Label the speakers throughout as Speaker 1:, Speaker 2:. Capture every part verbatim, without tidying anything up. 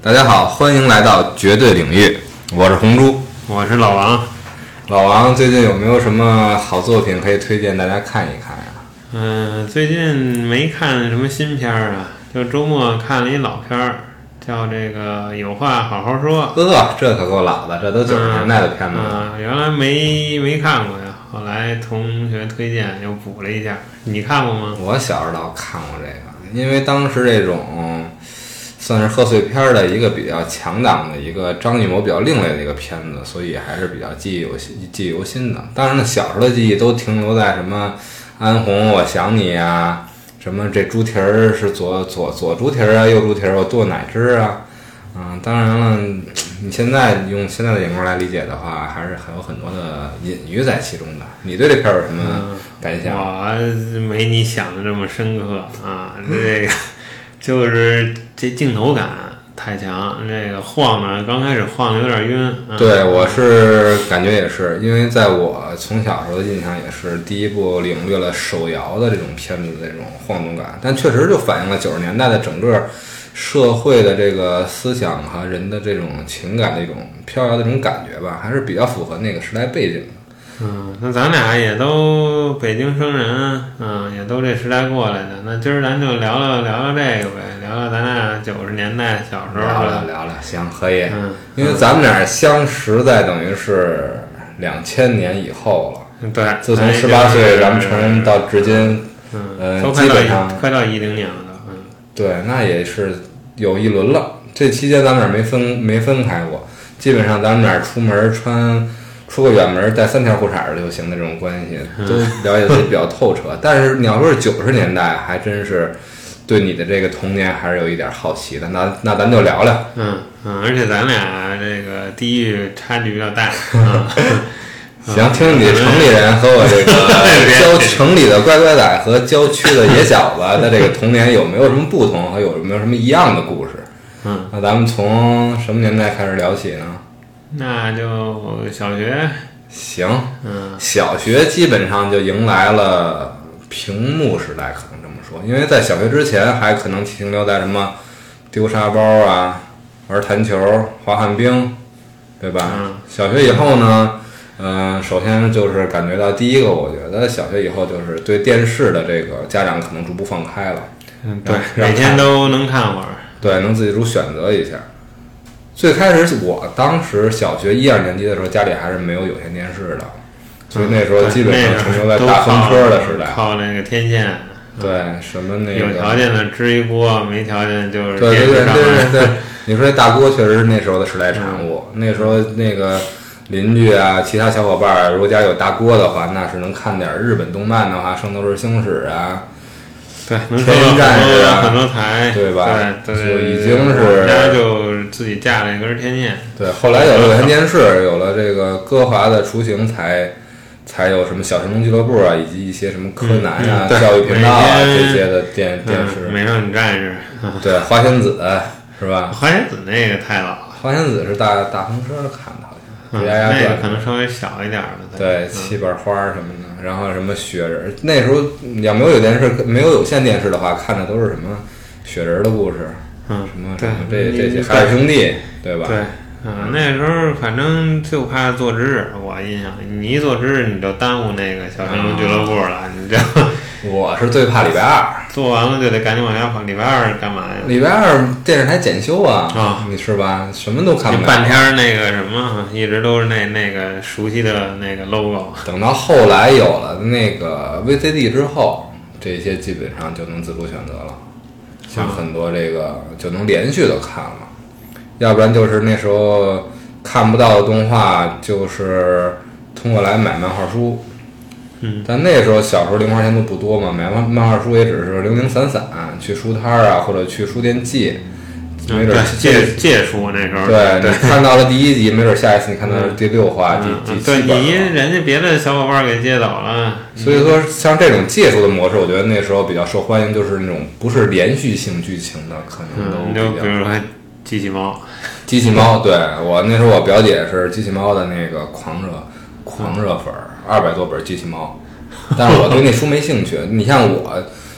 Speaker 1: 大家好，欢迎来到绝对领域，我是红猪，
Speaker 2: 我是老王。
Speaker 1: 老王最近有没有什么好作品可以推荐大家看一看呀？
Speaker 2: 嗯、呃，最近没看什么新片儿啊，就周末看了一老片儿，叫这个《有话好好说》。
Speaker 1: 呵，这可够老的，这都九十年代的片子了。
Speaker 2: 嗯、呃，原来没没看过呀，后来同学推荐又补了一下。你看过吗？
Speaker 1: 我小时候看过这个，因为当时这种算是贺岁片的一个比较强档的一个张艺谋比较另类的一个片子，所以还是比较记忆犹新记忆犹新的。当然了，小时候的记忆都停留在什么安红我想你啊，什么这猪蹄儿是左左左猪蹄儿啊，右猪蹄儿我剁奶汁啊，嗯，当然了，你现在用现在的眼光来理解的话，还是还有很多的隐喻在其中的。你对这片儿有什么感想？
Speaker 2: 嗯、我没你想的这么深刻啊，这个就是这镜头感太强，这个晃呢，刚开始晃的有点晕。嗯、
Speaker 1: 对，我是感觉也是，因为在我从小时候的印象也是第一部领略了手摇的这种片子的这种晃动感，但确实就反映了九十年代的整个社会的这个思想和人的这种情感的一种飘摇的这种感觉吧，还是比较符合那个时代背景的。
Speaker 2: 嗯，那咱俩也都北京生人，嗯，也都这时代过来的。那今儿咱就聊聊聊聊这个呗，聊聊咱俩九十年代小时候
Speaker 1: 聊聊聊聊，行，可以。
Speaker 2: 嗯，
Speaker 1: 因为咱们俩相识在等于是两千年以后了。
Speaker 2: 对，
Speaker 1: 自从十八岁咱们成人到至今，
Speaker 2: 嗯，
Speaker 1: 呃，基本上
Speaker 2: 快到一零年了。嗯，
Speaker 1: 对，那也是有一轮了。这期间咱们俩没分没分开过，基本上咱们俩出门穿。出个远门带三条裤衩就行的这种关系，都了解的比较透彻。但是你要说是九十年代，还真是对你的这个童年还是有一点好奇的。那那咱就聊聊。
Speaker 2: 嗯嗯，而且咱俩这个地域差距比较大。嗯、
Speaker 1: 行，听你城里人和我这个郊城里的乖乖仔和郊区的野小子的这个童年有没有什么不同和有没有什么一样的故事？
Speaker 2: 嗯，
Speaker 1: 那咱们从什么年代开始聊起呢？
Speaker 2: 那就小学。
Speaker 1: 行，
Speaker 2: 嗯，
Speaker 1: 小学基本上就迎来了屏幕时代，可能这么说，因为在小学之前还可能停留在什么丢沙包啊、玩弹球、滑旱冰，对吧？
Speaker 2: 嗯，
Speaker 1: 小学以后呢，嗯、呃，首先就是感觉到第一个，我觉得小学以后就是对电视的这个家长可能逐步放开了，
Speaker 2: 嗯，对，每天都能看会儿，
Speaker 1: 对，能自己主选择一下。最开始我当时小学一二年级的时候，家里还是没有有线电视的，所以那时候基本上停留在大风车的时代，
Speaker 2: 靠那个天线。
Speaker 1: 对，什么那个
Speaker 2: 有条件的支一锅，没条件就是
Speaker 1: 对对对对对对。你说这大锅确实是那时候的时代产物，嗯、那时候那个邻居啊，其他小伙伴如果家有大锅的话，那是能看点日本动漫的话，《圣斗士星矢》啊。
Speaker 2: 对，能
Speaker 1: 天人战士啊，
Speaker 2: 很多台，
Speaker 1: 对吧？
Speaker 2: 对，
Speaker 1: 就已经是
Speaker 2: 人家就自己架了一根天线。
Speaker 1: 对，后来有了有线电视，有了这个歌华的雏形，才才有什么小神龙俱乐部啊，以及一些什么柯南啊、
Speaker 2: 嗯、
Speaker 1: 教育频道啊这些的电电视。
Speaker 2: 美少女战士，
Speaker 1: 对，花仙子是吧？
Speaker 2: 花仙子那个太老了。
Speaker 1: 花仙子是大大风车看的，好像。
Speaker 2: 嗯、那个可能稍微小一点的。
Speaker 1: 对，七瓣花什么的。然后什么雪人，那时候要没有有电视，没有有线电视的话，看的都是什么雪人的故事，
Speaker 2: 嗯，
Speaker 1: 什么什么这这些海尔兄弟，对吧？
Speaker 2: 对，嗯，那时候反正就怕做值日，我印象，你一做值日你就耽误那个小神龙俱乐部了，嗯、你知道。
Speaker 1: 我是最怕礼拜二，
Speaker 2: 做完了就得赶紧往家跑。礼拜二干嘛呀？
Speaker 1: 礼拜二电视台检修啊，
Speaker 2: 啊、哦，
Speaker 1: 你是吧？什么都看不了。
Speaker 2: 半天那个什么，一直都是那那个熟悉的那个 logo。
Speaker 1: 等到后来有了那个 V C D 之后，这些基本上就能自主选择了，像很多这个就能连续的看了，要不然就是那时候看不到的动画，就是通过来买漫画书。
Speaker 2: 嗯，
Speaker 1: 但那时候小时候零花钱都不多嘛，买漫漫画书也只是零零散散，去书摊啊或者去书店借，没准
Speaker 2: 借借书那时候。
Speaker 1: 对，你看到了第一集，没准下一次你看到是第六话、
Speaker 2: 嗯、
Speaker 1: 第第
Speaker 2: 七
Speaker 1: 本。对，
Speaker 2: 你人家别的小伙伴给借走了。
Speaker 1: 所以说，像这种借书的模式，我觉得那时候比较受欢迎，就是那种不是连续性剧情的，可能都比较。
Speaker 2: 嗯、就比如说机器猫。
Speaker 1: 机器猫，对我那时候我表姐是机器猫的那个狂热狂热粉儿，二百多本机器猫，但是我对那书没兴趣。你像我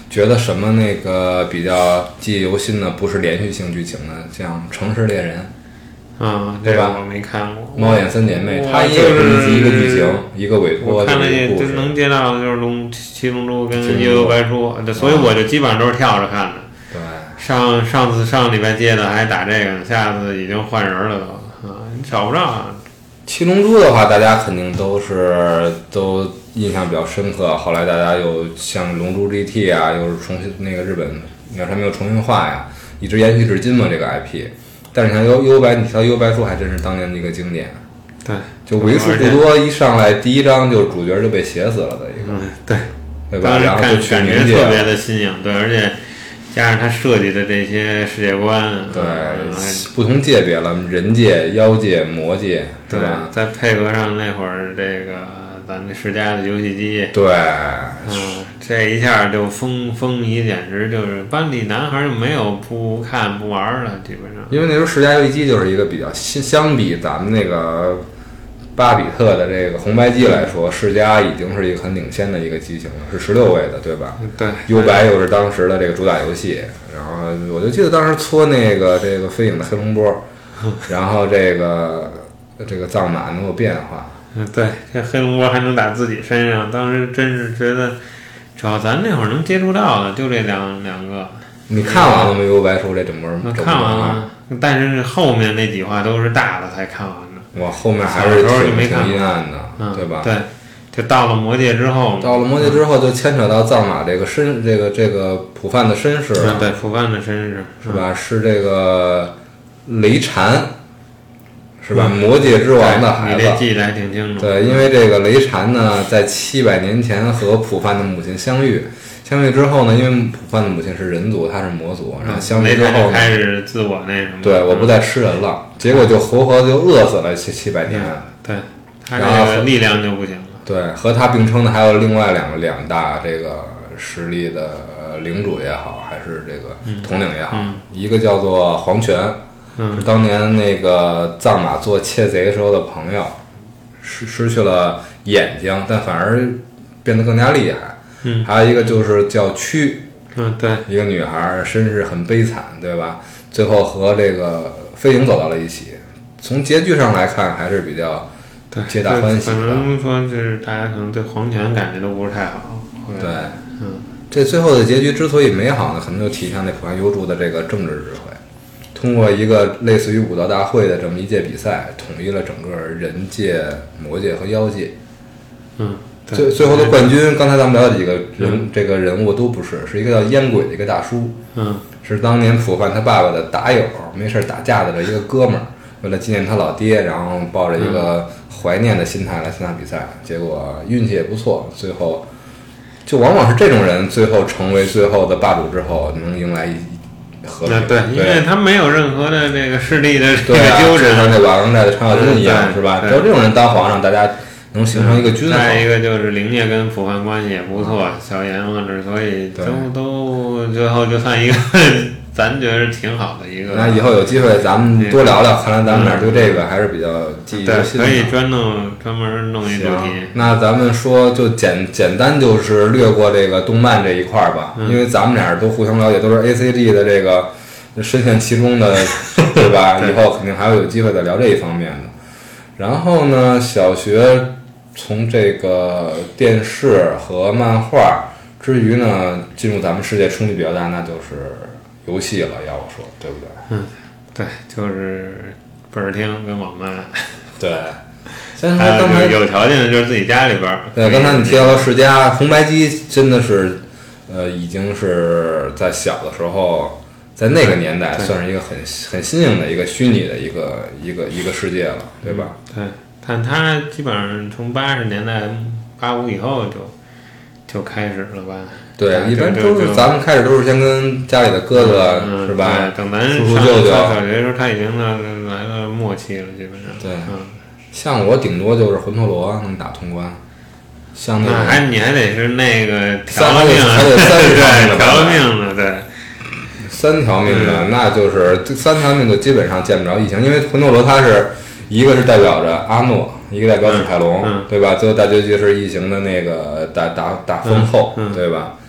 Speaker 1: 觉得什么那个比较记忆犹新的，不是连续性剧情的，像《城市猎人》
Speaker 2: 啊，这个我没看过。
Speaker 1: 猫眼三姐妹，它也有一集一个剧情，一个委托，
Speaker 2: 我看了
Speaker 1: 也
Speaker 2: 就能接到的就是龙七龙珠跟幽游白书，所以我就基本上都是跳着看的。
Speaker 1: 对，
Speaker 2: 上上次上礼拜接的还打这个，下次已经换人了都啊，你找不着啊。
Speaker 1: 七龙珠的话，大家肯定都是都印象比较深刻。后来大家又像龙珠 G T 啊，又是重新那个日本鸟山明又重新画呀，一直延续至今嘛这个 I P。但是像幽幽白，你像幽白书还真是当年的一个经典。
Speaker 2: 对，
Speaker 1: 就为数不多一上来第一章就主角就被写死了的一个，
Speaker 2: 嗯、对，
Speaker 1: 对吧？然后就
Speaker 2: 感觉特别的新颖，对，而且加上他设计的这些世界观，
Speaker 1: 对，
Speaker 2: 嗯、
Speaker 1: 不同界别了，人界、妖界、魔界，
Speaker 2: 对
Speaker 1: 吧？
Speaker 2: 再配合上那会儿这个咱们世嘉的游戏机，
Speaker 1: 对，
Speaker 2: 嗯，这一下就风风靡，简直就是班里男孩没有不看不玩的，基本上。
Speaker 1: 因为那时候世嘉游戏机就是一个比较新，相比咱们那个巴比特的这个红白机来说，世嘉已经是一个很领先的一个机型了，是十六位的，对吧？
Speaker 2: 对。
Speaker 1: 幽白又是当时的这个主打游戏，然后我就记得当时搓那个这个飞影的黑龙波，然后这个这个藏马能有变化。
Speaker 2: 嗯，对，这黑龙波还能打自己身上，当时真是觉得，只要咱那会儿能接触到的，就这两两个。
Speaker 1: 你看完了没？幽白书这整个
Speaker 2: 我看完了，但是后面那几话都是大的才看完的。
Speaker 1: 哇，后面还是挺挺阴暗的，
Speaker 2: 嗯、
Speaker 1: 对吧？
Speaker 2: 对，就到了魔界之后，
Speaker 1: 到了魔界之后就牵扯到藏马这个身，这个这个普范的身世了，
Speaker 2: 对，普范的身世
Speaker 1: 是吧？是这个雷禅。是吧？魔界之王的孩子，
Speaker 2: 你这记得还挺清楚。
Speaker 1: 对，因为这个雷禅呢，在七百年前和普范的母亲相遇，相遇之后呢，因为普范的母亲是人族，他是魔族，然后相遇之后呢，
Speaker 2: 开始自我那什么。
Speaker 1: 对，我不再吃人了，结果就活活就饿死了七七百年。
Speaker 2: 对，他这个力量就不行了。
Speaker 1: 对，和他并称的还有另外两个两大这个实力的领主也好，还是这个统领也好，
Speaker 2: 嗯、
Speaker 1: 一个叫做黄泉。是当年那个藏马做窃贼时候的朋友，失失去了眼睛，但反而变得更加厉害。
Speaker 2: 嗯，
Speaker 1: 还有一个就是叫屈，
Speaker 2: 嗯，对，
Speaker 1: 一个女孩身世很悲惨，对吧？最后和这个飞影走到了一起。从结局上来看，还是比较皆大欢喜的。
Speaker 2: 反正说就是大家可能对黄泉感觉都不是太好。
Speaker 1: 对，
Speaker 2: 嗯，
Speaker 1: 这最后的结局之所以美好呢，可能就体现那普安幽助的这个政治智慧。通过一个类似于武道大会的这么一届比赛，统一了整个人界、魔界和妖界。
Speaker 2: 嗯，
Speaker 1: 最最后的冠军，刚才咱们聊的几个人，嗯、这个人物都不是，是一个叫烟鬼的一个大叔。
Speaker 2: 嗯，
Speaker 1: 是当年普范他爸爸的打友，没事打架的一个哥们儿，为了纪念他老爹，然后抱着一个怀念的心态来参加比赛，结果运气也不错，最后就往往是这种人，最后成为最后的霸主之后，能迎来一。
Speaker 2: 那对，因为他没有任何的这个势力的这个
Speaker 1: 纠缠，
Speaker 2: 像
Speaker 1: 那瓦岗寨的常小金一样，是吧？只有这种人当皇上，大家能形成一个均衡。
Speaker 2: 再一个就是灵界跟普范关系也不错，小阎王这，所以都都最后就算一个，咱觉得挺好的一个。
Speaker 1: 那以后有机会咱们多聊聊，看来咱们俩对这个还是比较记忆犹新的。
Speaker 2: 可以专弄专门弄一主题。
Speaker 1: 那咱们说就简简单就是略过这个动漫这一块吧，
Speaker 2: 嗯、
Speaker 1: 因为咱们俩都互相了解，都是 A C G 的这个深陷其中的，对吧？
Speaker 2: 对，
Speaker 1: 以后肯定还会有机会再聊这一方面的。然后呢，小学从这个电视和漫画之余呢，进入咱们世界冲击比较大，那就是游戏了。要我说，对不对？
Speaker 2: 嗯，对，就是本儿厅跟网漫。
Speaker 1: 对。刚才刚才
Speaker 2: 有条件的就是自己家里边儿。
Speaker 1: 对，刚才你提到了世嘉红白机，真的是，呃，已经是在小的时候，在那个年代算是一个很很新颖的一个虚拟的一个一个一个世界了，对吧？
Speaker 2: 对，但它基本上从八十年代八五以后就就开始了吧？
Speaker 1: 对，一般都是咱们开始都是先跟家里的哥哥、
Speaker 2: 嗯、
Speaker 1: 是吧？
Speaker 2: 等咱
Speaker 1: 叔叔舅舅
Speaker 2: 上小学的时候，他已经来来了末期了，基本上。
Speaker 1: 对，
Speaker 2: 嗯。
Speaker 1: 像我顶多就是魂陀罗能打通关，像那个
Speaker 2: 还你还得是那个条了命了，
Speaker 1: 还得三条
Speaker 2: 条了命了，对，
Speaker 1: 三条命的，嗯、那就是三条命就基本上见不着异形，因为魂陀罗它是一个是代表着阿诺，一个代表史泰龙，
Speaker 2: 嗯嗯、
Speaker 1: 对吧？最后大结局是异形的那个大大大封后，
Speaker 2: 嗯嗯、
Speaker 1: 对吧？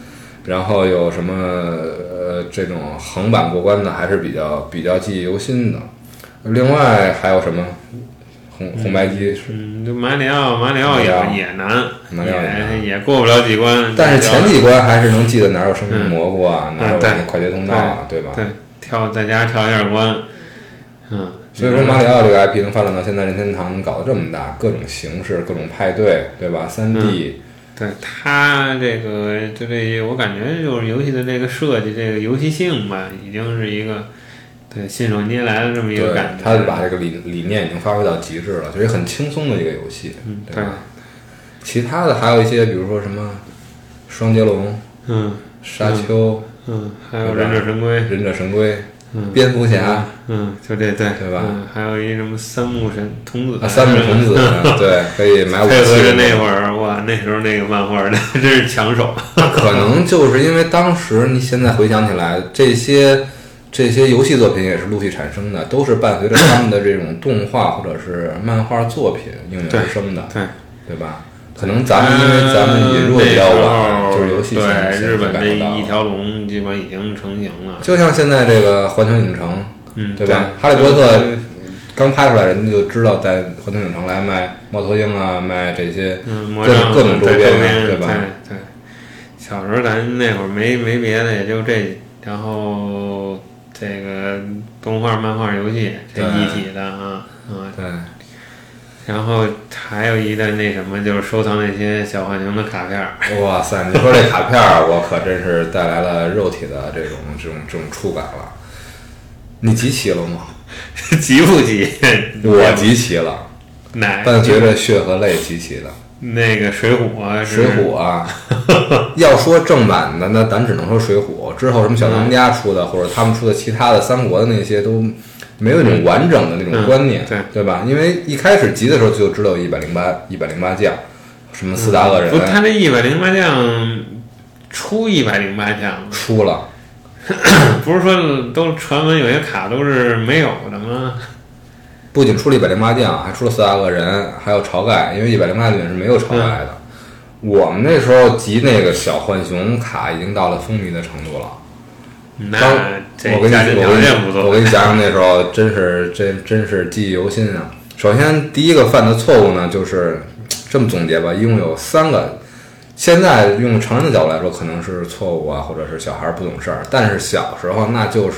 Speaker 1: 然后有什么呃这种横版过关的还是比较比较记忆犹新的。另外还有什么红红白机？
Speaker 2: 嗯，就马里奥，马里奥也也难，
Speaker 1: 马里奥
Speaker 2: 也也过不了几关。
Speaker 1: 但是前几关还是能记得哪有生命蘑菇啊，
Speaker 2: 嗯、
Speaker 1: 哪有快捷通道啊，
Speaker 2: 对
Speaker 1: 吧？
Speaker 2: 对，跳在家跳一下关，嗯。
Speaker 1: 所以说马里奥这个 I P 能发展到现在，任天堂能搞得这么大，各种形式、各种派对，对吧？三 D，、
Speaker 2: 嗯、对它这个就这，我感觉就是游戏的这个设计，这个游戏性吧，已经是一个对信手拈来的这么一个感觉。
Speaker 1: 他把这个理理念已经发挥到极致了，就是很轻松的一个游戏，
Speaker 2: 嗯，
Speaker 1: 对吧？其他的还有一些，比如说什么双截龙，
Speaker 2: 嗯，
Speaker 1: 沙丘，
Speaker 2: 嗯，还有忍者神龟，
Speaker 1: 忍者神龟。
Speaker 2: 嗯，
Speaker 1: 蝙蝠侠，
Speaker 2: 嗯，就这对
Speaker 1: 对吧？
Speaker 2: 嗯，还有一什么三木神童子，
Speaker 1: 啊，三木童子，对，可以买武器。
Speaker 2: 配合着那会儿，哇，那时候那个漫画的真是抢手。
Speaker 1: 可能就是因为当时你现在回想起来，这些这些游戏作品也是陆续产生的，都是伴随着他们的这种动画或者是漫画作品应运而生的，
Speaker 2: 对，
Speaker 1: 对吧？可能咱们因为咱们引入的比较晚，就是游戏
Speaker 2: 对日本
Speaker 1: 这
Speaker 2: 一条龙基本已经成型了。
Speaker 1: 就像现在这个环球影城，
Speaker 2: 嗯，
Speaker 1: 对吧？哈利波特刚拍出来，人家就知道在环球影城来卖猫头鹰啊，卖这些各种各种周边，对吧？
Speaker 2: 对对。小时候咱那会儿没没别的，也就这，然后这个动画、漫画、游戏这一体的啊啊。
Speaker 1: 对。
Speaker 2: 然后还有一个那什么，就是收藏那些小浣熊的卡片。
Speaker 1: 哇塞，你说这卡片，我可真是带来了肉体的这种这种这种触感了。你集齐了吗？
Speaker 2: 集不集？
Speaker 1: 我集齐了，
Speaker 2: 哪？
Speaker 1: 伴随着血和泪集齐的。
Speaker 2: 那个水浒啊，
Speaker 1: 水浒啊，要说正版的，那咱只能说水浒。之后什么小当家出的，嗯、或者他们出的其他的三国的那些都。没有那种完整的那种观念，
Speaker 2: 嗯、对
Speaker 1: 对吧？因为一开始集的时候就知道一百零八一百零八将，什么四大恶人。
Speaker 2: 嗯、不，他这一百零八将出一百零八将
Speaker 1: 出了，
Speaker 2: 不是说都传闻有些卡都是没有的吗？
Speaker 1: 不仅出了一百零八将，还出了四大恶人，还有晁盖，因为一百零八里面是没有晁盖的。嗯、我们那时候集那个小浣熊卡已经到了风靡的程度了。
Speaker 2: 那
Speaker 1: 我跟你我跟你我跟你讲讲那时候真是真真是记忆犹新啊！首先第一个犯的错误呢，就是这么总结吧，一共有三个。现在用成人的角度来说，可能是错误啊，或者是小孩不懂事儿。但是小时候那就是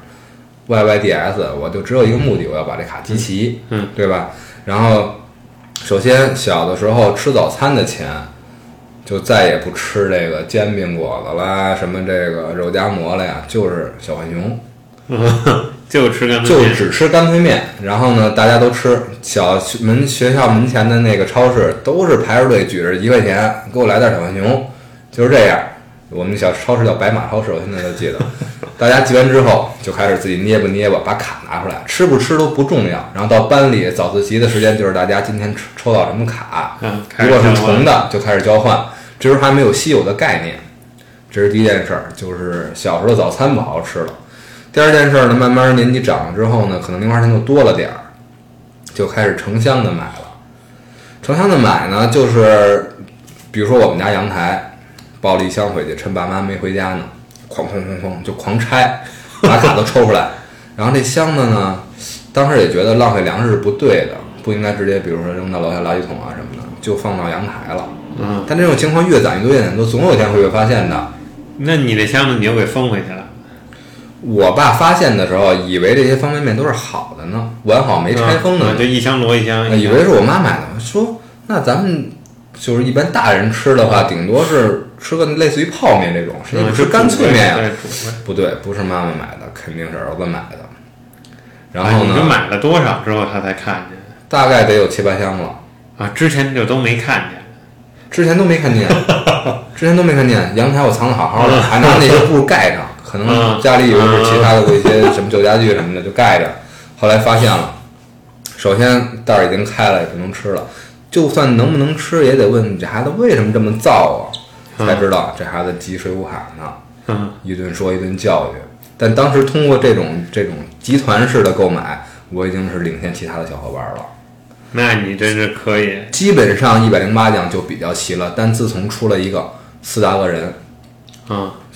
Speaker 1: Y Y D S， 我就只有一个目的，我要把这卡集齐，
Speaker 2: 嗯，
Speaker 1: 对吧？然后首先小的时候吃早餐的钱。就再也不吃这个煎饼果子啦，什么这个肉夹馍了呀，就是小浣熊，
Speaker 2: 就吃干脆
Speaker 1: 面，就只吃干脆面。然后呢，大家都吃。小门学校门前的那个超市都是排着队举着一块钱，给我来袋小浣熊，就是这样。我们小超市叫白马超市，我现在都记得。大家集完之后就开始自己捏吧捏吧，把卡拿出来，吃不吃都不重要。然后到班里早自习的时间，就是大家今天抽到什么卡，
Speaker 2: 嗯、
Speaker 1: 如果是重的就开始交换。这时候还没有稀有的概念，这是第一件事儿，就是小时候的早餐不好好吃了。第二件事呢，慢慢年纪长了之后呢，可能零花钱就多了点儿，就开始成箱的买了。成箱的买呢，就是比如说我们家阳台抱了一箱回去，趁爸妈没回家呢，哐哐哐哐就狂拆，把卡都抽出来。然后这箱子呢，当时也觉得浪费粮食是不对的，不应该直接比如说扔到楼下垃圾桶啊什么的，就放到阳台了。
Speaker 2: 嗯，
Speaker 1: 但这种情况越攒越多，越攒越多，总有一天会被发现的。
Speaker 2: 那你这箱子你又给封回去了？
Speaker 1: 我爸发现的时候，以为这些方便面都是好的呢，完好没拆封呢，
Speaker 2: 嗯嗯、就一箱摞一箱，
Speaker 1: 以为是我妈买的。说那咱们就是一般大人吃的话，顶多是吃个类似于泡面这种，谁不吃干脆面呀、啊？不对，不是妈妈买的，肯定是儿子买的。然后呢？
Speaker 2: 你就买了多少之后他才看见？
Speaker 1: 大概得有七八箱了。
Speaker 2: 啊，之前就都没看见。
Speaker 1: 之前都没看见，之前都没看见。阳台我藏得好好的，还拿那些布盖上，可能家里以为是其他的一些什么旧家具什么的就盖着。后来发现了，首先袋儿已经开了，也不能吃了。就算能不能吃，也得问这孩子为什么这么造啊？才知道这孩子集水浒卡呢。一顿说一顿教育。但当时通过这种这种集团式的购买，我已经是领先其他的小伙伴了。
Speaker 2: 那你真是可以，
Speaker 1: 基本上一百零八将就比较齐了，但自从出了一个四大恶人，
Speaker 2: 嗯，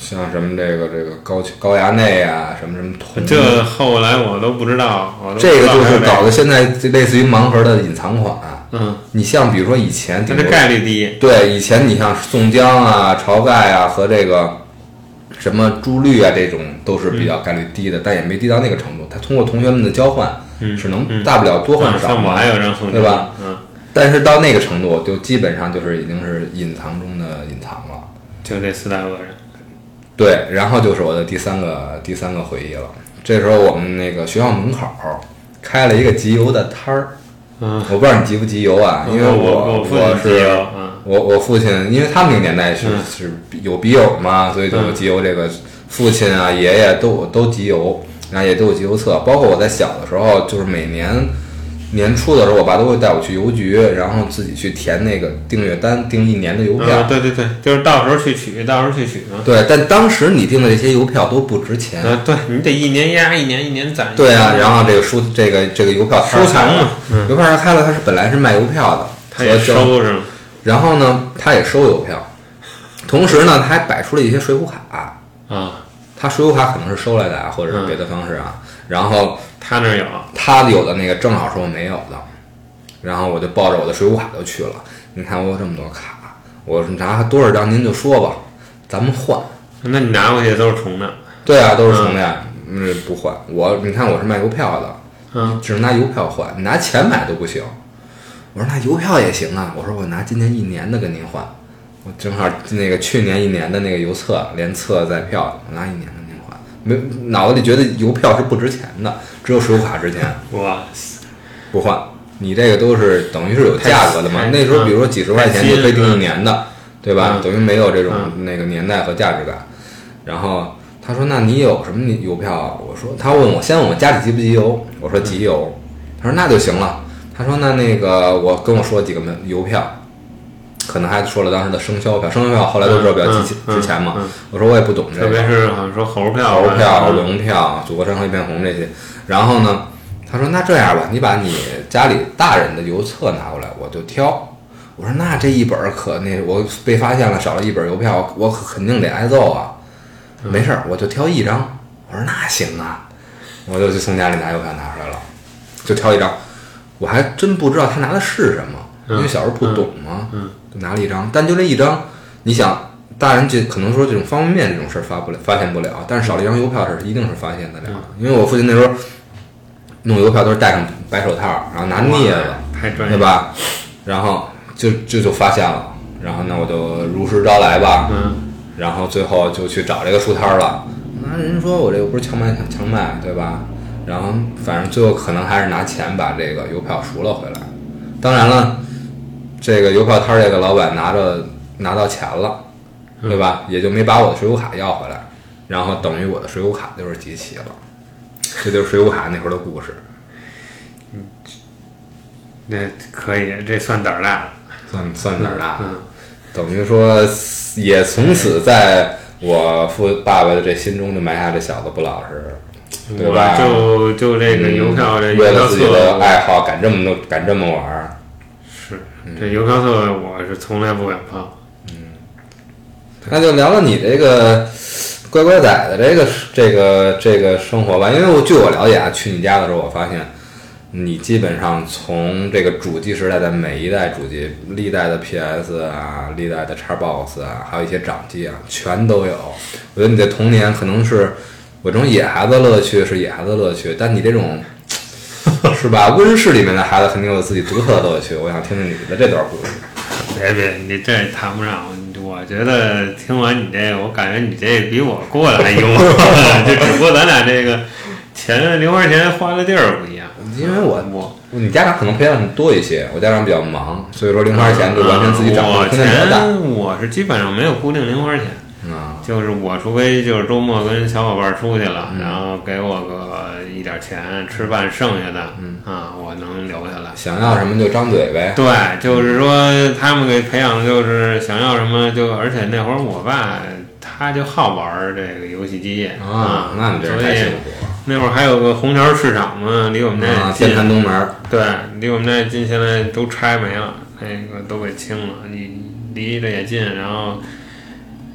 Speaker 1: 像什么这个这个高高衙内啊，什么什么铜，
Speaker 2: 这后来我都不知道，我都
Speaker 1: 这个就是搞得现在类似于盲盒的隐藏款。
Speaker 2: 嗯，
Speaker 1: 你像比如说以前，
Speaker 2: 它的概率低。
Speaker 1: 对，以前你像宋江啊、晁盖啊和这个什么朱绿啊这种都是比较概率低的，嗯、但也没低到那个程度。他通过同学们的交换，
Speaker 2: 嗯，
Speaker 1: 是能大不了多换少，
Speaker 2: 像我还有张宋江，
Speaker 1: 对吧？
Speaker 2: 嗯。
Speaker 1: 但是到那个程度，就基本上就是已经是隐藏中的隐藏了。
Speaker 2: 就这四大恶人。
Speaker 1: 对，然后就是我的第三个第三个回忆了。这时候我们那个学校门口开了一个集邮的摊儿。
Speaker 2: 嗯，
Speaker 1: 我不知道你集不集邮啊？因为
Speaker 2: 我
Speaker 1: 我
Speaker 2: 我
Speaker 1: 是
Speaker 2: 嗯、
Speaker 1: 我我父亲，因为他们那个年代是、
Speaker 2: 嗯、
Speaker 1: 是有笔友嘛，所以就有集邮这个父亲啊、爷爷都都集邮，然后也都有集邮册。包括我在小的时候，就是每年年初的时候，我爸都会带我去邮局，然后自己去填那个订阅单，订一年的邮票。
Speaker 2: 嗯、对对对，就是到时候去取，到时候去取嘛。
Speaker 1: 对，但当时你订的这些邮票都不值钱。
Speaker 2: 啊，对你得一年压，一年一年攒。
Speaker 1: 对啊，然后这个书这个这个邮票
Speaker 2: 收藏嘛，
Speaker 1: 嗯、邮票摊开了，它是本来是卖邮票的，
Speaker 2: 他也收是吗？
Speaker 1: 然后呢，他也收邮票，同时呢，他还摆出了一些水浒卡
Speaker 2: 啊，
Speaker 1: 他水浒卡可能是收来的啊，或者是别的方式啊。
Speaker 2: 嗯、
Speaker 1: 然后
Speaker 2: 他那有，
Speaker 1: 他有的那个正好是我没有的。然后我就抱着我的水浒卡就去了。你看我有这么多卡，我拿多少张您就说吧，咱们换。
Speaker 2: 那你拿回去都是重的？
Speaker 1: 对啊，都是重的呀。嗯，不换。我你看我是卖邮票的，
Speaker 2: 嗯，
Speaker 1: 只能拿邮票换，你拿钱买都不行。我说那邮票也行啊。我说我拿今年一年的跟您换，我正好那个去年一年的那个邮册连册带票，我拿一年跟您换。没脑子里觉得邮票是不值钱的，只有水浒卡值钱。
Speaker 2: 哇，
Speaker 1: 不换。你这个都是等于是有价格的嘛？那时候比如说几十块钱就可以订一年的，对吧？
Speaker 2: 嗯、
Speaker 1: 等于没有这种那个年代和价值感。然后他说：“那你有什么邮票？”我说：“他问我先问我家里集不集邮？”我说：“集邮。”他说：“那就行了。”他说：“那那个我跟我说几个邮票，可能还说了当时的生肖票，生肖票后来都知道比较值值钱嘛。
Speaker 2: 嗯嗯嗯”
Speaker 1: 我说：“我也不懂这个，
Speaker 2: 特别是好像说猴票、
Speaker 1: 猴票、龙票、祖国山河一片红这些。”然后呢？他说：“那这样吧，你把你家里大人的邮册拿过来，我就挑。”我说：“那这一本可那我被发现了，少了一本邮票，我肯定得挨揍啊。”没事儿，我就挑一张。我说：“那行啊。”我就去从家里拿邮票拿出来了，就挑一张。我还真不知道他拿的是什么，因为小时候不懂嘛，
Speaker 2: 嗯，
Speaker 1: 就拿了一张。但就这一张，你想，大人这可能说这种方便面这种事儿发不了，发现不了，但是少了一张邮票是一定是发现得了的，因为我父亲那时候。弄邮票都是戴上白手套，然后拿镊子，对吧？然后就就就发现了，然后呢我就如实招来吧，
Speaker 2: 嗯，
Speaker 1: 然后最后就去找这个书摊了。那人说我这个不是强卖强卖，对吧？然后反正最后可能还是拿钱把这个邮票赎了回来。当然了，这个邮票摊这个老板拿着拿到钱了，对吧？也就没把我的水浒卡要回来，然后等于我的水浒卡就是集齐了。这就是水浒卡那会儿的故事。
Speaker 2: 嗯，那可以，这算胆儿大了，
Speaker 1: 算算胆儿大。
Speaker 2: 嗯，
Speaker 1: 等于说也从此在我父爸爸的这心中就埋下这小子不老实，对吧？
Speaker 2: 就就这个邮票这、
Speaker 1: 嗯、为了自己的爱好敢这么敢这么玩儿。
Speaker 2: 是，这邮票册我是从来不敢碰。
Speaker 1: 嗯，那就聊聊你这个。乖乖仔的这个这个这个生活吧，因为我据我了解啊，去你家的时候，我发现你基本上从这个主机时代的每一代主机，历代的 P S 啊，历代的 Xbox 啊，还有一些掌机啊，全都有。我觉得你的童年可能是我这种野孩子乐趣是野孩子乐趣，但你这种是吧？温室里面的孩子肯定有自己独特的乐趣。我想听听你的这段故事。
Speaker 2: 别别，你这谈不上。我觉得听完你这个，我感觉你这比我过得还幽默，就只不过咱俩这个钱零花钱花的地儿不一样。
Speaker 1: 因为我我你家长可能培养你多一些，我家长比较忙，所以说零花钱就完全自己掌握，空间比较大。
Speaker 2: 我是基本上没有固定零花钱，
Speaker 1: 啊，
Speaker 2: 就是我除非就是周末跟小伙伴出去了，嗯、然后给我个一点钱吃饭，剩下的，
Speaker 1: 嗯
Speaker 2: 啊，我能留下来。
Speaker 1: 想要什么就张嘴呗。
Speaker 2: 对，就是说他们给培养的就是想要什么就，而且那会儿我爸他就好玩这个游戏机
Speaker 1: 啊，啊那你这太幸福了。
Speaker 2: 那会儿还有个虹桥市场嘛，离我们那近，
Speaker 1: 天坛东门。
Speaker 2: 对，离我们那近，现在都拆没了，那个都给清了。离离着也近，然后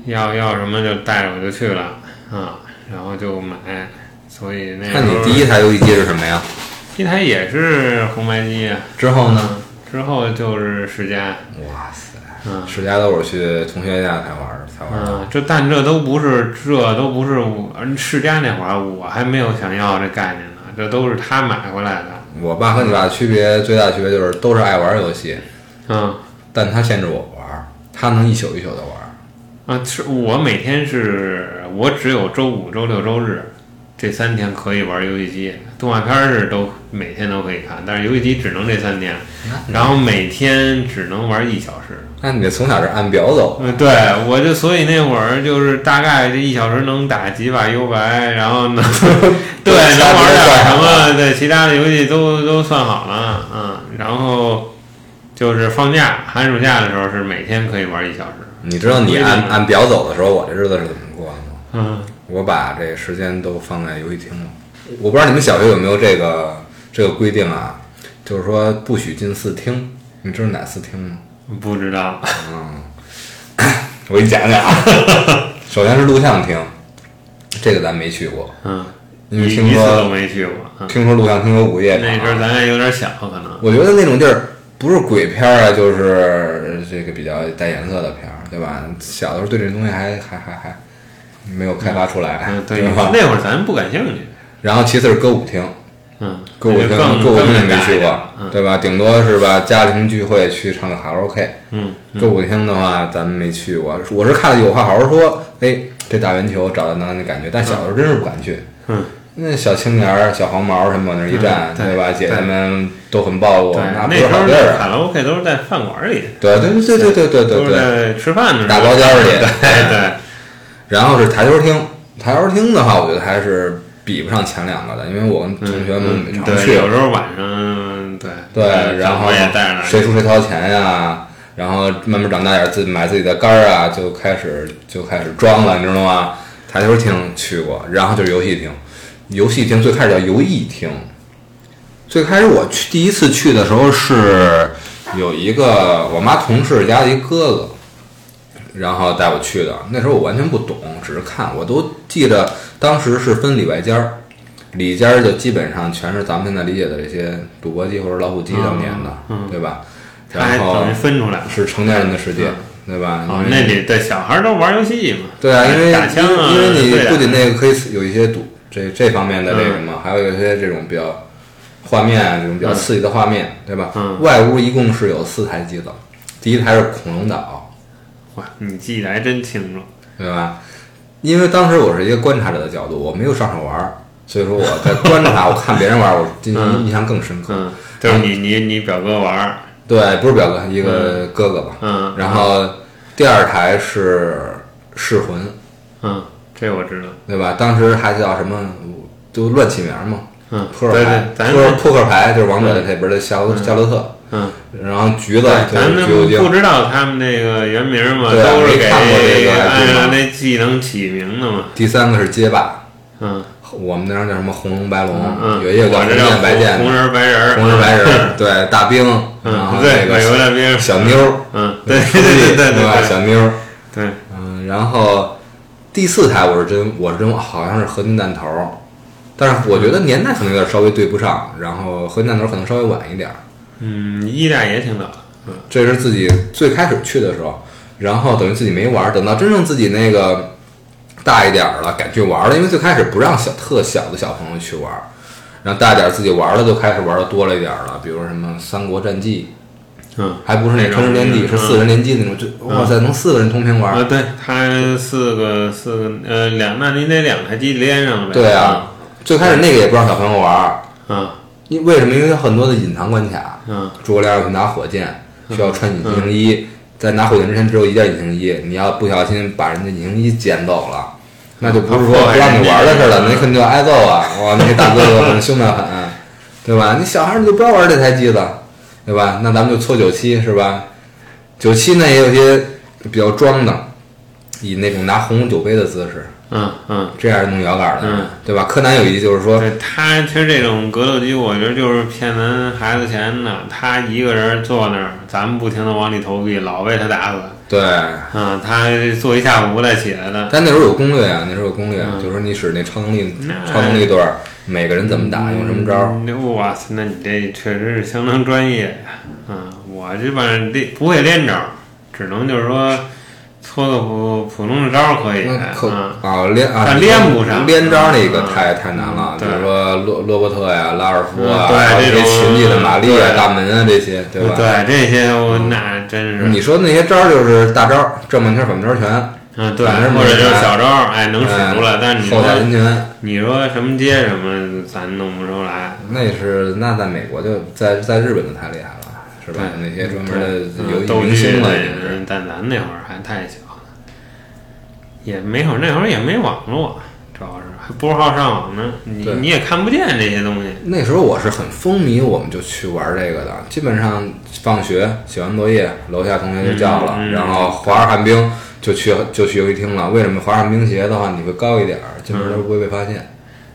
Speaker 2: 要要什么就带着我就去了啊，然后就买。所以那
Speaker 1: 那你第一台游戏机是什么呀？
Speaker 2: 第一台也是红白机啊。
Speaker 1: 之后呢？
Speaker 2: 嗯、之后就是世嘉。
Speaker 1: 哇塞！
Speaker 2: 嗯，
Speaker 1: 世嘉都是去同学家才玩才玩的。
Speaker 2: 嗯，这但这都不是，这都不是我世嘉那会儿我还没有想要这概念呢，这都是他买回来的。
Speaker 1: 我爸和你爸的区别最大的区别就是都是爱玩游戏，
Speaker 2: 嗯，
Speaker 1: 但他限制我玩，他能一宿一宿的玩。
Speaker 2: 啊，是我每天是我只有周五、周六、周日这三天可以玩游戏机，动画片是都每天都可以看，但是游戏机只能这三天，然后每天只能玩一小时。
Speaker 1: 那你这从小是按表走？
Speaker 2: 嗯，对，我就所以那会儿就是大概这一小时能打几把幽白，然后呢，对，能玩点什么，对，其他的游戏都都算好了，嗯，然后就是放假寒暑假的时候是每天可以玩一小时。
Speaker 1: 你知道你按按表走的时候，我这日子是怎么过的吗？
Speaker 2: 嗯，
Speaker 1: 我把这时间都放在游戏厅了。我不知道你们小学有没有这个这个规定啊，就是说不许进四厅。你知道哪四厅吗？
Speaker 2: 不知道。
Speaker 1: 嗯，我给你讲讲啊。首先是录像厅，这个咱没去过。
Speaker 2: 嗯，
Speaker 1: 因为听说
Speaker 2: 一次都没去过。嗯、
Speaker 1: 听说录像厅有午夜场。
Speaker 2: 那阵儿咱还有点小，可能。
Speaker 1: 我觉得那种地儿不是鬼片啊，就是这个比较带颜色的片儿，对吧？小的时候对这东西还还还还没有开发出来，
Speaker 2: 嗯，对
Speaker 1: 吧？
Speaker 2: 那会儿咱不感兴趣。
Speaker 1: 然后其次是歌舞厅。
Speaker 2: 嗯，
Speaker 1: 歌舞厅，歌舞厅也没去过，嗯、对吧？顶多是吧，家庭聚会去唱个卡拉 OK。
Speaker 2: 嗯，
Speaker 1: 歌舞厅的话，咱们没去过。我是看了有话好好说，哎，这大圆球找到那感觉，但小时候真是不敢去。
Speaker 2: 嗯，
Speaker 1: 那小青年儿、小黄毛什么往那一站，
Speaker 2: 嗯、
Speaker 1: 对吧？姐姐们都很暴露，那不是好地
Speaker 2: 儿。卡拉 OK 都是在饭馆里。
Speaker 1: 对对对对对对对对，
Speaker 2: 都是在吃饭的时候。
Speaker 1: 大包间里。
Speaker 2: 对对。
Speaker 1: 然后是台球厅，台球厅的话，我觉得还是比不上前两个的，因为我跟同学们没常去。
Speaker 2: 嗯、对，有时候晚上对
Speaker 1: 对，然后谁输谁掏钱呀，然后慢慢长大点，自己买自己的杆儿啊，就开始就开始装了，你知道吗？台球厅去过，然后就是游戏厅，游戏厅最开始叫游艺厅。最开始我去第一次去的时候是有一个我妈同事家的一哥哥。然后带我去的，那时候我完全不懂，只是看。我都记得当时是分里外间儿，里间儿就基本上全是咱们现在理解的这些赌博机或者老虎机当年的，
Speaker 2: 嗯嗯、
Speaker 1: 对吧？
Speaker 2: 然后分出来
Speaker 1: 是成年人的世界，
Speaker 2: 嗯、
Speaker 1: 对吧？
Speaker 2: 哦，那里对小孩都玩游戏嘛。
Speaker 1: 对啊，因为
Speaker 2: 打枪啊，
Speaker 1: 因为你不仅那个可以有一些赌这这方面的这什么，嗯、还有一些这种比较画面这种比较刺激的画面，
Speaker 2: 嗯、
Speaker 1: 对吧？
Speaker 2: 嗯。
Speaker 1: 外屋一共是有四台机子，第一台是恐龙岛。
Speaker 2: 哇，你记得还真清楚，
Speaker 1: 对吧？因为当时我是一个观察者的角度，我没有上手玩，所以说我在观察，我看别人玩，我印印象更深刻。
Speaker 2: 嗯，就是你你你表哥玩，
Speaker 1: 对，不是表哥，一个哥哥吧。
Speaker 2: 嗯。
Speaker 1: 然后第二台是噬魂，
Speaker 2: 嗯，这我知道，
Speaker 1: 对吧？当时还叫什么，就乱起名嘛。
Speaker 2: 嗯，
Speaker 1: 扑克牌，扑克扑克牌就是王者这里边的夏洛夏洛特。
Speaker 2: 嗯，
Speaker 1: 然后橘子，
Speaker 2: 咱们不知道他们那个原名嘛，都是给按那技能起名的嘛。
Speaker 1: 第三个是街霸，
Speaker 2: 嗯，
Speaker 1: 我们那张叫什么红龙白龙，
Speaker 2: 嗯，
Speaker 1: 有一个叫红剑白剑，
Speaker 2: 红人白人，
Speaker 1: 红人白人，对，大兵，然后那个
Speaker 2: 大兵，
Speaker 1: 小妞，
Speaker 2: 嗯，对对对对
Speaker 1: 对吧？小妞，
Speaker 2: 对，
Speaker 1: 嗯，然后第四台我是真我是真好像是合金弹头，但是我觉得年代可能有点稍微对不上，然后合金弹头可能稍微晚一点。
Speaker 2: 嗯，一代也挺早，
Speaker 1: 嗯，这是自己最开始去的时候，然后等于自己没玩，等到真正自己那个大一点了，敢去玩了，因为最开始不让小特小的小朋友去玩，然后大一点自己玩了，就开始玩的多了一点了，比如什么《三国战记》，
Speaker 2: 嗯，
Speaker 1: 还不是那成人联机，是四人联机那种，就哇塞，能四个人同屏玩。
Speaker 2: 啊，对，它四个四个呃两，那你得两台机连上呗。
Speaker 1: 对啊，最开始那个也不让小朋友玩，
Speaker 2: 嗯。
Speaker 1: 因为什么？因为有很多的隐藏关卡，
Speaker 2: 嗯，
Speaker 1: 诸葛亮要去拿火箭，需要穿隐形衣，嗯、在拿火箭之前只有一件隐形衣，你要不小心把人家隐形衣捡走了，那就不是说不让你玩的事了，那肯定就挨揍啊！哇，那些大哥哥很凶得很，对吧？你小孩你就不要玩这台机子，对吧？那咱们就搓九七是吧？九七呢也有些比较装的，以那种拿红酒杯的姿势。
Speaker 2: 嗯嗯，
Speaker 1: 这样弄摇杆的，
Speaker 2: 嗯，
Speaker 1: 对吧？柯南有一集就是说，
Speaker 2: 对他其实这种格斗机，我觉得就是骗咱孩子钱的。他一个人坐那儿，咱们不停的往里投币，老被他打死。
Speaker 1: 对
Speaker 2: 啊，他做一下午再起来的。
Speaker 1: 但那时候有攻略啊，那时候有攻略，嗯、就是说你使那超能力、超能力段，每个人怎么打，用什么招。
Speaker 2: 嗯、哇塞，那你这确实是相当专业呀！啊，我这反正练不会连招，只能就是说。搓个普普通的招可以，
Speaker 1: 可
Speaker 2: 啊，
Speaker 1: 啊连啊
Speaker 2: 但连不上
Speaker 1: 连招那个太、嗯、太难了，比如说罗罗伯特呀、拉尔夫啊，还有这些琴技的玛丽啊、大门啊这些，对吧？
Speaker 2: 对这些我那真是。
Speaker 1: 你说那些招就是大招，正半圈反半圈全。
Speaker 2: 嗯，对，或者就是小招，哎，能使出来，但你
Speaker 1: 后下金拳，
Speaker 2: 你说什么接什么，咱弄不出来。
Speaker 1: 那是那在美国就在在日本就太厉害了。是吧？那些专门的游戏明星了，
Speaker 2: 嗯，但咱那会儿还太小了，也没会儿那会儿也没网络，主要是还不好上网呢，你你也看不见这些东西。
Speaker 1: 那时候我是很风靡，我们就去玩这个的，基本上放学写完作业，楼下同学就叫了，
Speaker 2: 嗯嗯、
Speaker 1: 然后滑旱冰就去就去游戏厅了。为什么滑旱冰鞋的话你会高一点，进门都不会被发现？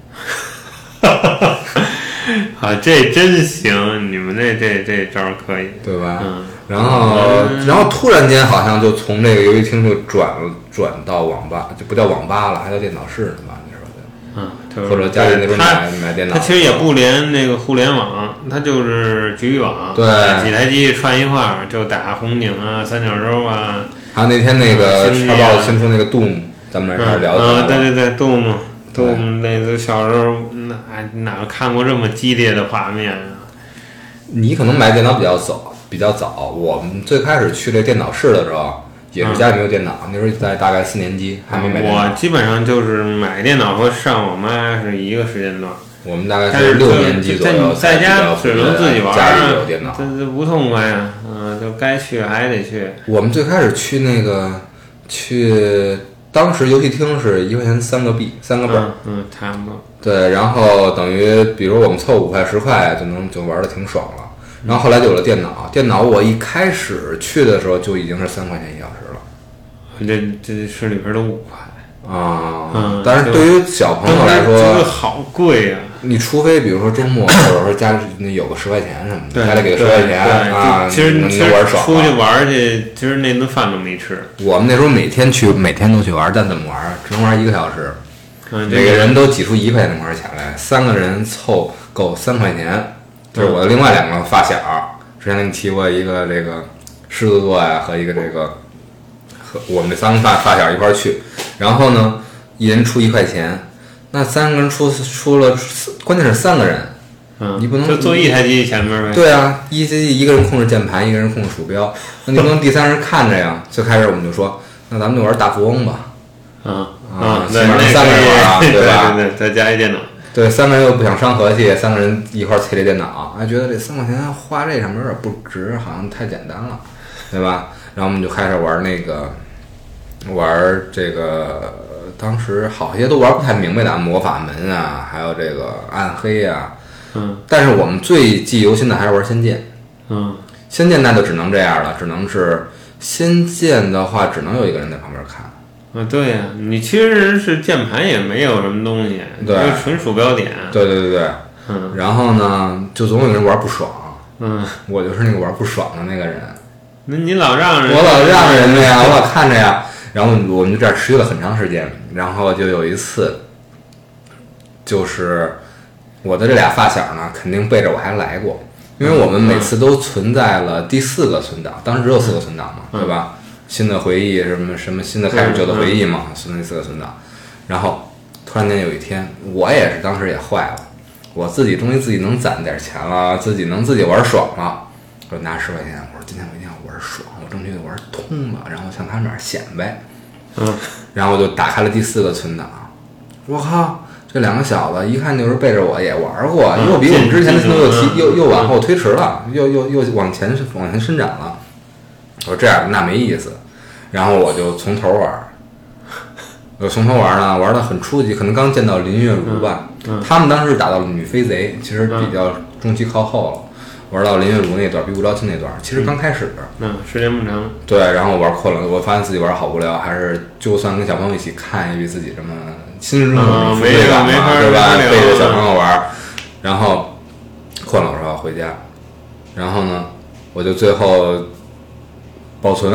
Speaker 2: 啊，这真行！你们这这这招可以，
Speaker 1: 对吧？
Speaker 2: 嗯，
Speaker 1: 然后、嗯、然后突然间好像就从这个游戏厅就转了转到网吧，就不叫网吧了，还叫电脑室呢吧？那时候就，
Speaker 2: 嗯，就是、
Speaker 1: 或者家里那时候买买电脑，
Speaker 2: 它其实也不连那个互联网，它就是局域网，
Speaker 1: 对，
Speaker 2: 几台机串一块儿就打红警啊、三角洲啊。
Speaker 1: 还有那天那个叉 box 新出那个 Doom， 咱们那开始聊的、
Speaker 2: 嗯，啊，对对对 ，Doom。都那个小时候哪哪看过这么激烈的画面啊？
Speaker 1: 你可能买电脑比较早，比较早。我们最开始去这电脑室的时候，也是家里没有电脑，嗯、那时候在大概四年级还没买电脑。
Speaker 2: 我基本上就是买电脑和上网吧是一个时间段。
Speaker 1: 我们大概是六年级左右
Speaker 2: 在家只能自己玩，
Speaker 1: 家里有电脑，
Speaker 2: 这这不痛快呀！嗯，就该去还得去。
Speaker 1: 我们最开始去那个去。当时游戏厅是一块钱三个币，三个本儿，
Speaker 2: 嗯，差不多。
Speaker 1: 对，然后等于比如我们凑五块十块就能就玩的挺爽了。然后后来就有了电脑，电脑我一开始去的时候就已经是三块钱一小时了。
Speaker 2: 这这市里边都五块
Speaker 1: 啊，
Speaker 2: 嗯，
Speaker 1: 但是对于小朋友来说，
Speaker 2: 这个好贵呀、啊。
Speaker 1: 你除非比如说周末，或者说家里有个十块钱什么的，家里给个十块钱啊，
Speaker 2: 其实
Speaker 1: 其实玩爽。
Speaker 2: 出去玩去，其实那顿饭都没吃。
Speaker 1: 我们那时候每天去，每天都去玩，但怎么玩？只能玩一个小时，
Speaker 2: 嗯、
Speaker 1: 每个人都挤出一块钱的块钱来，三个人凑够三块钱。就是我的另外两个发小，之前跟你提过一个这个狮子座呀，和一个这个和我们这三个发发小一块去，然后呢，一人出一块钱。那三个人出出了，关键是三个人，
Speaker 2: 嗯，
Speaker 1: 你不能
Speaker 2: 就坐一台机前面呗。
Speaker 1: 对啊，一机一个人控制键盘，一个人控制鼠标，那你不能第三人看着呀。最开始我们就说，那咱们就玩大富翁吧。
Speaker 2: 嗯
Speaker 1: 啊，起码三个人玩啊，
Speaker 2: 对
Speaker 1: 吧？
Speaker 2: 对对，再加一电脑。
Speaker 1: 对，三个人又不想伤和气，三个人一块催这电脑，哎，觉得这三块钱花这上面有点不值，好像太简单了，对吧？然后我们就开始玩那个，玩这个。当时好些都玩不太明白的，魔法门啊，还有这个暗黑啊，
Speaker 2: 嗯，
Speaker 1: 但是我们最记忆犹新的还是玩仙剑，
Speaker 2: 嗯，
Speaker 1: 仙剑那就只能这样了，只能是仙剑的话，只能有一个人在旁边看。
Speaker 2: 啊，对呀、啊，你其实是键盘也没有什么东西，
Speaker 1: 对，
Speaker 2: 就纯鼠标点。
Speaker 1: 对对对对，
Speaker 2: 嗯，
Speaker 1: 然后呢，就总有人玩不爽，
Speaker 2: 嗯，
Speaker 1: 我就是那个玩不爽的那个人。
Speaker 2: 那你老让人，
Speaker 1: 我老让人家呀，我老看着呀。然后我们就这样持续了很长时间，然后就有一次，就是我的这俩发小呢，肯定背着我还来过，因为我们每次都存在了第四个存档，当时只有四个存档嘛，
Speaker 2: 嗯、
Speaker 1: 对吧？新的回忆什么什么新的开始，旧的回忆嘛，存那四个存档。然后突然间有一天，我也是当时也坏了，我自己终于自己能攒点钱了，自己能自己玩爽了，我拿十块钱，我说今天我一定要玩爽，我争取得玩通吧，然后向他们那儿显摆。
Speaker 2: 嗯，
Speaker 1: 然后我就打开了第四个存档，我靠，这两个小子一看就是背着我也玩过，
Speaker 2: 嗯、
Speaker 1: 又比我们之前的进度又提又又往后推迟了，又又又往前往前伸展了。我说这样那没意思，然后我就从头玩，我从头玩呢，玩的很初级，可能刚见到林月如吧，
Speaker 2: 嗯嗯、
Speaker 1: 他们当时打到了女飞贼，其实比较中期靠后了。玩到林月如那段，比武招亲那段，其实刚开始，
Speaker 2: 嗯，时间不长。
Speaker 1: 对，然后我玩困了，我发现自己玩好无聊，还是就算跟小朋友一起看，也比自己这么心中有负罪感嘛，对吧？背着小朋友玩，然后困了，我说回家，然后呢，我就最后保存啊，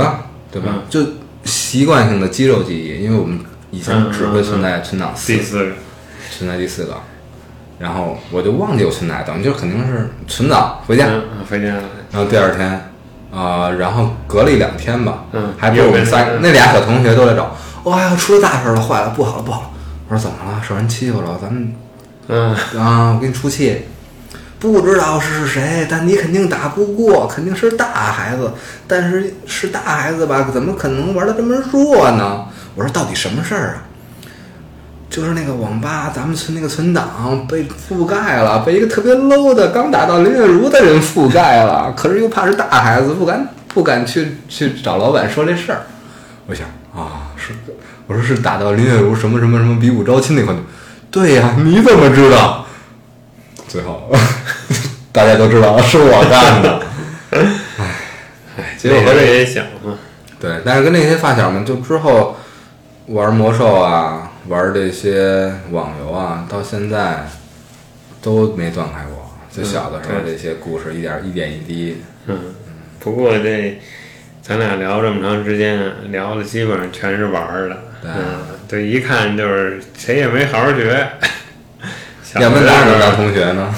Speaker 1: 对吧？就习惯性的肌肉记忆，因为我们以前只会存在存档四，
Speaker 2: 第四个，
Speaker 1: 存在第四个，然后我就忘记我存哪，等于就肯定是存档回家，
Speaker 2: 嗯，回家了，
Speaker 1: 然后第二天。啊、呃，然后隔了一两天吧，
Speaker 2: 嗯，
Speaker 1: 还不是我们仨那俩小同学都来找，哇呀，出了大事了，坏了，不好了，不好了！我说怎么了？受人欺负了？咱们，
Speaker 2: 嗯
Speaker 1: 啊，我给你出气，不知道是谁，但你肯定打不过，肯定是大孩子，但是是大孩子吧，怎么可能玩的这么弱呢？我说到底什么事儿啊？就是那个网吧，咱们存那个存档被覆盖了，被一个特别 low 的刚打到林月如的人覆盖了。可是又怕是大孩子，不敢不敢去去找老板说这事儿。我想啊，是我说是打到林月如什么什么什么比武招亲那块。对呀、啊，你怎么知道？最后大家都知道是我干的。唉，结果和这
Speaker 2: 也想嘛。
Speaker 1: 对，但是跟那些发小们就之后玩魔兽啊。玩这些网游啊，到现在都没断开过。就小的时候这些故事，一点一点一滴。
Speaker 2: 嗯，不过这咱俩聊这么长时间，聊的基本上全是玩的。
Speaker 1: 对，
Speaker 2: 嗯，对，一看就是谁也没好好学。
Speaker 1: 要不然哪能当同学呢？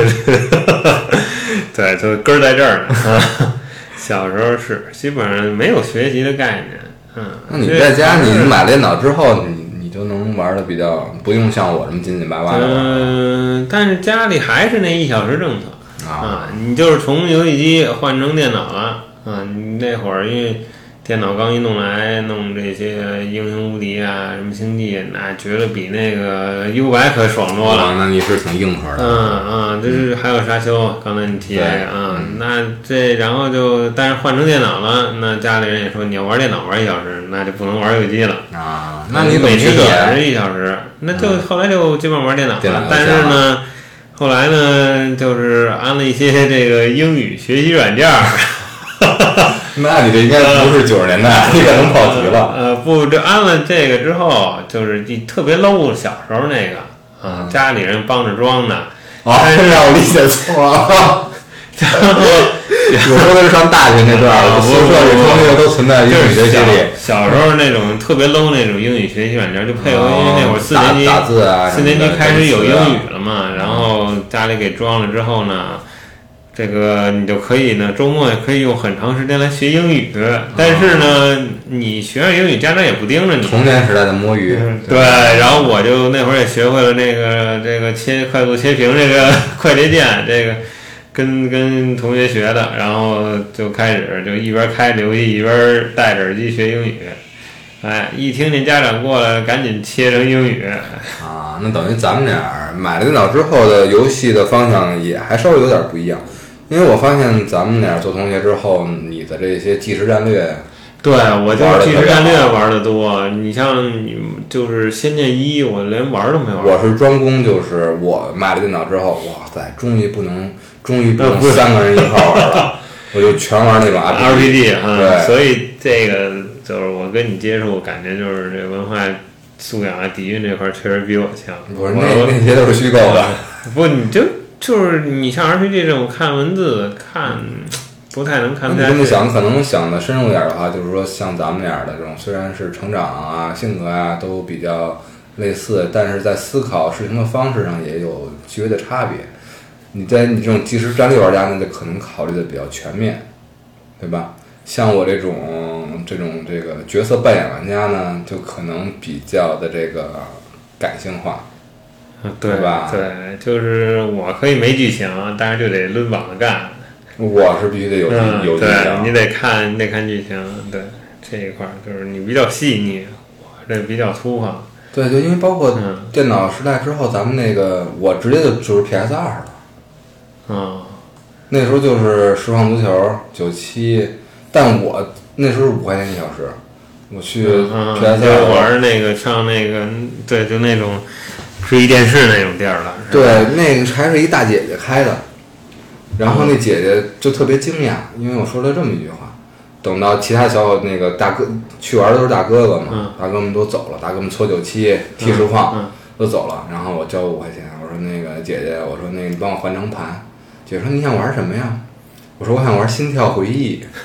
Speaker 2: 对，就根儿在这儿呢。小时候是基本上没有学习的概念。嗯，
Speaker 1: 那你在家，你买了电脑之后，你。你就能玩的比较不用像我这么紧紧巴巴的。
Speaker 2: 嗯、呃，但是家里还是那一小时政策
Speaker 1: 啊、
Speaker 2: 啊，你就是从游戏机换成电脑了啊。你那会儿因为电脑刚一弄来，弄这些英雄无敌啊，什么星际，那觉得比那个 U 百可爽多了。
Speaker 1: 啊、那你是挺硬核的。
Speaker 2: 嗯嗯，这是还有沙丘，刚才你提这个啊，嗯、那这然后就，但是换成电脑了，那家里人也说你要玩电脑玩一小时，那就不能玩游戏机了
Speaker 1: 啊。那你
Speaker 2: 每天也是一小时，那就后来就基本上玩电脑了。
Speaker 1: 嗯、
Speaker 2: 但是呢，后来呢，就是安了一些这个英语学习软件。
Speaker 1: 那你这应该不是九十年代，你可能跑题了。
Speaker 2: 呃，不，这安了这个之后，就是特别 low， 小时候那个啊，
Speaker 1: 嗯、
Speaker 2: 家里人帮着装的。
Speaker 1: 啊，让我理解错了。我说的是上大学那段，宿舍里同学都存在英语学习里。
Speaker 2: 小时候那种特别 low 那种英语学习软件，就配合因为那会儿四年级
Speaker 1: 打字啊，
Speaker 2: 四年级开始有英语了嘛，然后家里给装了之后呢。这个你就可以呢，周末也可以用很长时间来学英语，但是呢，你学上英语，家长也不盯着你。
Speaker 1: 童年时代的摸鱼，
Speaker 2: 嗯、对。然后我就那会儿也学会了那个这个切快速切屏这个快捷键，这个跟跟同学学的，然后就开始就一边开着游戏一边戴着耳机学英语。哎，一听见家长过来，赶紧切成英语。
Speaker 1: 啊，那等于咱们俩买了电脑之后的游戏的方向也还稍微有点不一样。因为我发现咱们俩做同学之后，你的这些即时战略，
Speaker 2: 对我就是即时战略玩的多。你像你就是《仙剑一》，我连玩都没玩。
Speaker 1: 我是专攻，就是我买了电脑之后，哇塞，终于不能，终于不能三个人一块玩了，我就全玩那种
Speaker 2: R P G 啊。
Speaker 1: 对，
Speaker 2: 所以这个就是我跟你接触，感觉就是这文化素养啊、底蕴这块确实比我强。
Speaker 1: 不是那那些都是虚构的。
Speaker 2: 不，你就。就是你像 R P G 这种看文字看不太能看不下去。
Speaker 1: 你这么想，可能想的深入点的话，就是说像咱们俩的这种，虽然是成长啊、性格啊都比较类似，但是在思考事情的方式上也有极为的差别。你在你这种即时战略玩家呢，就可能考虑的比较全面，对吧？像我这种这种这个角色扮演玩家呢，就可能比较的这个感性化。
Speaker 2: 对
Speaker 1: 吧？
Speaker 2: 对，就是我可以没剧情，但是就得抡膀子干。
Speaker 1: 我是必须得有、
Speaker 2: 嗯、
Speaker 1: 有剧情，
Speaker 2: 对，你得看，你得看剧情。对，这一块就是你比较细腻，我这比较粗犷。
Speaker 1: 对对，因为包括电脑时代之后，咱们那个我直接就就是 P S 二了。
Speaker 2: 嗯，
Speaker 1: 那时候就是实况足球九七，但我那时候五块钱一小时，我去 P S 二、
Speaker 2: 嗯、玩那个上那个，对，就那种。是一电视那种店了，
Speaker 1: 对，那个还是一大姐姐开的，然后那姐姐就特别惊讶，因为我说了这么一句话。等到其他小伙那个大哥去玩的都是大哥哥嘛，
Speaker 2: 嗯、
Speaker 1: 大哥们都走了，大哥们搓九七、踢实况、
Speaker 2: 嗯嗯、
Speaker 1: 都走了，然后我交五块钱，我说那个姐姐，我说那个你帮我换成盘，姐姐说你想玩什么呀？我说我想玩心跳回忆。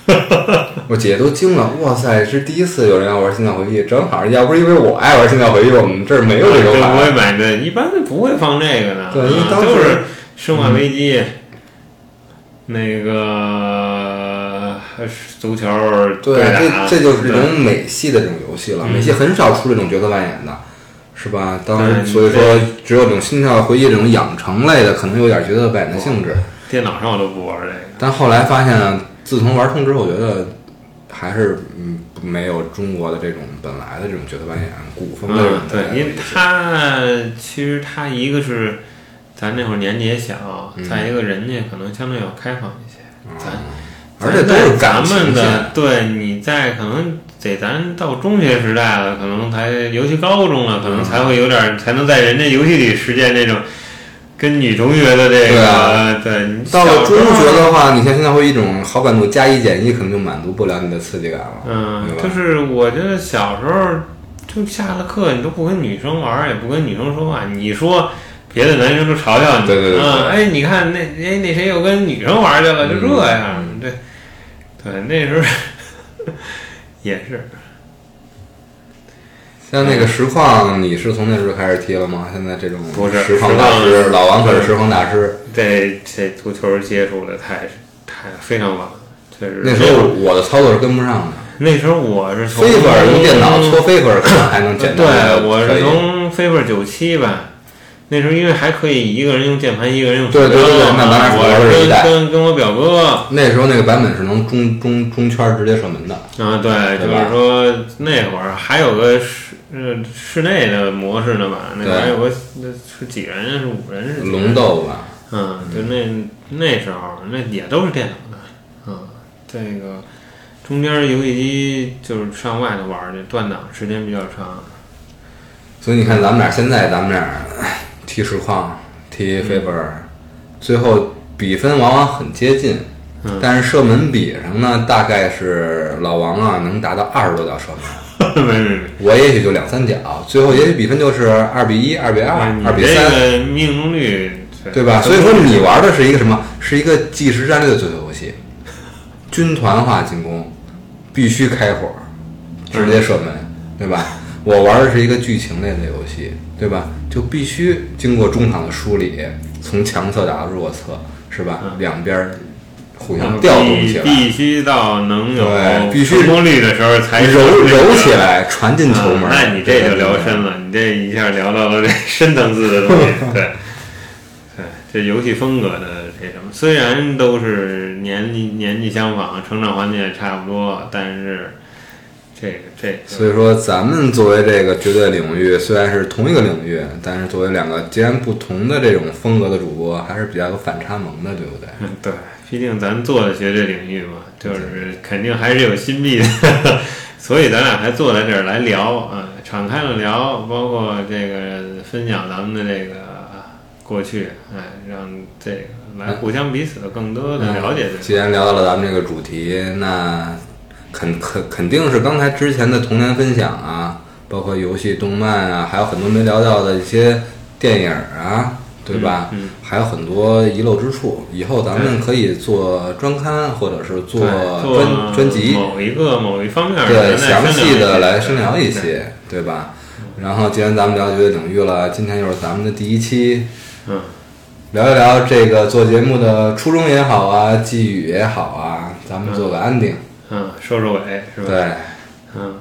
Speaker 1: 我姐都惊了，哇塞，是第一次有人要玩心跳回忆，正好要不是因为我爱玩心跳回忆，我们这儿没有这个
Speaker 2: 牌。不会买的，一般不会放这个的。
Speaker 1: 对，因为当时、
Speaker 2: 嗯、就是生化危机、嗯、那个足球
Speaker 1: 对这这就是这种美系的这种游戏了、嗯、美系很少出这种角色扮演的，是吧？当然所以说只有这种心跳回忆这种养成类的可能有点角色扮演的性质。
Speaker 2: 电脑上我都不玩这个，
Speaker 1: 但后来发现自从玩通之后，我觉得还是嗯没有中国的这种本来的这种角色扮演古风的这种、
Speaker 2: 嗯、对，因为它其实它一个是咱那会儿年纪也小、嗯、再一个人家可能相对要开放一些、嗯、咱
Speaker 1: 而且都是
Speaker 2: 咱们的，对，你在可能得咱到中学时代了，可能才尤其高中了，可能才会有点、嗯、才能在人家游戏里实践那种跟女同学的这个，
Speaker 1: 对啊，
Speaker 2: 对，
Speaker 1: 到了中学的话，你像现在会一种好感度加一减一，可能就满足不了你的刺激感了。
Speaker 2: 嗯，就是我觉得小时候就下了课，你都不跟女生玩，也不跟女生说话，你说别的男生都嘲笑你，
Speaker 1: 对对对，
Speaker 2: 啊，哎，你看那哎那谁又跟女生玩去了，就这样，嗯、对，对，那时候也是。
Speaker 1: 像那个实况，你是从那时候开始踢了吗？现在这种
Speaker 2: 不是
Speaker 1: 实况大师，老王可是实况大师。
Speaker 2: 这这足球接触的太太非常晚，确实。
Speaker 1: 那时候我的操作是跟不上的。
Speaker 2: 那时候我是从
Speaker 1: 飞粉用电脑搓飞粉，可能还能简单。
Speaker 2: 对，我是从飞粉九七吧。那时候因为还可以一个人用键盘，一个人用
Speaker 1: 对对对对，那咱俩
Speaker 2: 我是跟跟跟我表哥。
Speaker 1: 那时候那个版本是能中中中圈直接射门的。
Speaker 2: 啊，对，就是说那会儿还有个室呃室内的模式呢吧？那会儿还有个那是几人？是五人？是
Speaker 1: 龙斗吧？
Speaker 2: 嗯，就那那时候那也都是电脑的。嗯，这个中间游戏机就是上外头玩去，断档时间比较长。
Speaker 1: 所以你看，咱们俩现在咱们俩。踢实况，踢飞本、嗯，最后比分往往很接近，
Speaker 2: 嗯、
Speaker 1: 但是射门比上呢，大概是老王啊能达到二十多脚射门，
Speaker 2: 没没没，
Speaker 1: 我也许就两三脚，最后也许比分就是二比一、二比二、二比三，
Speaker 2: 这个命中率
Speaker 1: 对吧？所以说你玩的是一个什么？是一个即时战略的足球游戏，军团化进攻，必须开火，直接射门，嗯、对吧？我玩的是一个剧情类的游戏，对吧？就必须经过中场的梳理，从强侧打到弱侧，是吧？
Speaker 2: 嗯、
Speaker 1: 两边互相调动起来，
Speaker 2: 必须到能有
Speaker 1: 必须
Speaker 2: 成功率的时候才
Speaker 1: 揉揉起来，传进球门、
Speaker 2: 嗯。那你这就聊深了，你这一下聊到了这深层次的东西，对，对，这游戏风格的这什么，虽然都是年纪年纪相仿，成长环境也差不多，但是。这个这个，
Speaker 1: 所以说咱们作为这个绝对领域，虽然是同一个领域，但是作为两个截然不同的这种风格的主播，还是比较有反差萌的，对不对？
Speaker 2: 嗯，对，毕竟咱做的绝对领域嘛，就是肯定还是有新币的，所以咱俩还坐在这儿来聊啊，敞开了聊，包括这个分享咱们的这个过去，哎，让这个来互相彼此更多的了解这个、
Speaker 1: 嗯。既然聊到了咱们这个主题，那。肯肯肯定是刚才之前的童年分享啊，包括游戏、动漫啊，还有很多没聊到的一些电影啊，对吧？
Speaker 2: 嗯嗯、
Speaker 1: 还有很多遗漏之处。以后咱们可以做专刊，或者是做专专辑，
Speaker 2: 某一个某一方面
Speaker 1: 对详细的来深聊一些，对吧？然后既然咱们了解这领域了，今天又是咱们的第一期，
Speaker 2: 嗯，
Speaker 1: 聊一聊这个做节目的初衷也好啊，寄语也好啊，咱们做个安定。
Speaker 2: 嗯，收收尾是吧？
Speaker 1: 对，
Speaker 2: 嗯，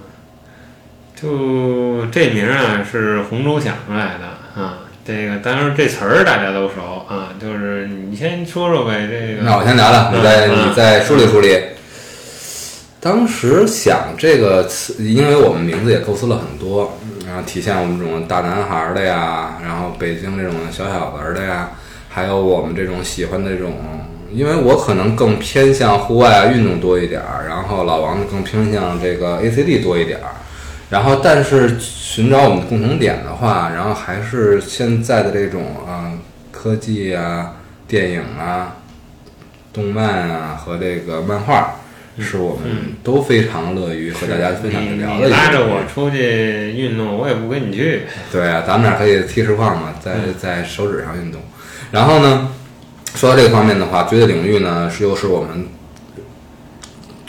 Speaker 2: 就这名啊是洪州想出来的啊。这个当然这词儿大家都熟啊，就是你先说说呗。这个
Speaker 1: 那我先聊聊，你再、
Speaker 2: 嗯、
Speaker 1: 你再梳理梳理。当时想这个词，因为我们名字也构思了很多，然后体现我们这种大男孩的呀，然后北京这种小小子的呀，还有我们这种喜欢的这种。因为我可能更偏向户外啊运动多一点儿，然后老王更偏向这个 A C D 多一点儿，然后但是寻找我们的共同点的话，然后还是现在的这种啊、呃、科技啊、电影啊、动漫啊和这个漫画，是我们都非常乐于和大家分享的聊的。
Speaker 2: 你拉着我出去运动，我也不跟你去。
Speaker 1: 对啊，咱们俩可以踢实况嘛，在在手指上运动，然后呢。说到这个方面的话，绝对领域呢是又是我们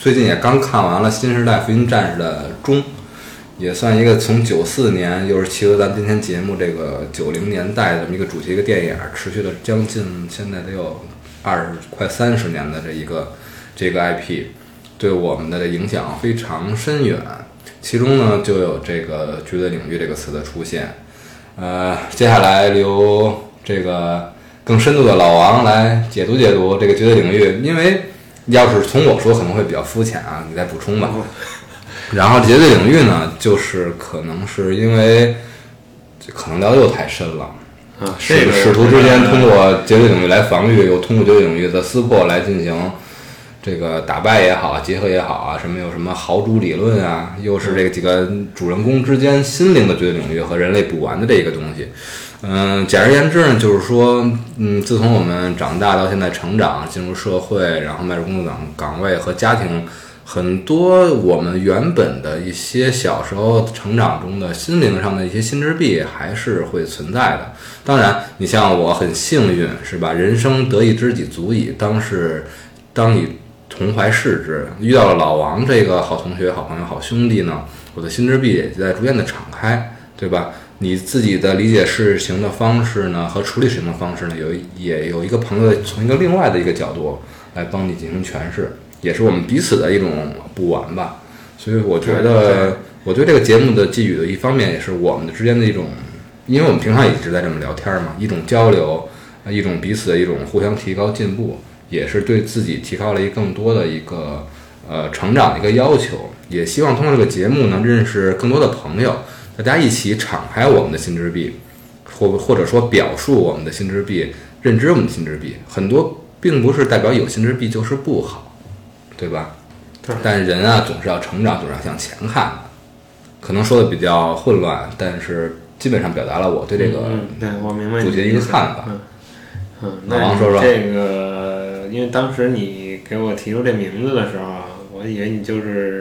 Speaker 1: 最近也刚看完了《新时代福音战士》的中，也算一个从九四年，又是契合咱今天节目这个九零年代的这么一个主题一个电影，持续了将近现在得有二十快三十年的这一个这个 I P， 对我们的影响非常深远。其中呢，就有这个绝对领域这个词的出现。呃，接下来由这个更深度的老王来解读解读这个绝对领域，因为要是从我说可能会比较肤浅啊，你再补充吧。然后绝对领域呢，就是可能是因为可能聊得又太深了
Speaker 2: 啊，
Speaker 1: 使使徒之间通过绝对领域来防御，又通过绝对领域的撕破来进行这个打败也好，结合也好啊，什么有什么豪猪理论啊，又是这个几个主人公之间心灵的绝对领域和人类补完的这个东西。嗯，简而言之呢，就是说，嗯，自从我们长大到现在成长，进入社会，然后迈入工作岗岗位和家庭，很多我们原本的一些小时候成长中的心灵上的一些心之壁还是会存在的。当然，你像我很幸运，是吧？人生得一知己足矣。当是当你同怀视之，遇到了老王这个好同学、好朋友、好兄弟呢，我的心之壁也在逐渐的敞开，对吧？你自己的理解事情的方式呢，和处理事情的方式呢，有也有一个朋友从一个另外的一个角度来帮你进行诠释，也是我们彼此的一种补完吧。所以我觉得，我对这个节目的寄予的一方面，也是我们之间的一种，因为我们平常一直在这么聊天嘛，一种交流，一种彼此的一种互相提高进步，也是对自己提高了一更多的一个呃成长的一个要求。也希望通过这个节目能认识更多的朋友。大家一起敞开我们的心之壁，或或者说表述我们的心之壁，认知我们的心之壁。很多并不是代表有心之壁就是不好，对吧？
Speaker 2: 对。
Speaker 1: 但人啊，总是要成长，总是要向前看的。可能说的比较混乱，但是基本上表达了我对这个主题的一个看法。
Speaker 2: 嗯，嗯，
Speaker 1: 老王说说
Speaker 2: 这个，因为当时你给我提出这名字的时候啊，我以为你就是。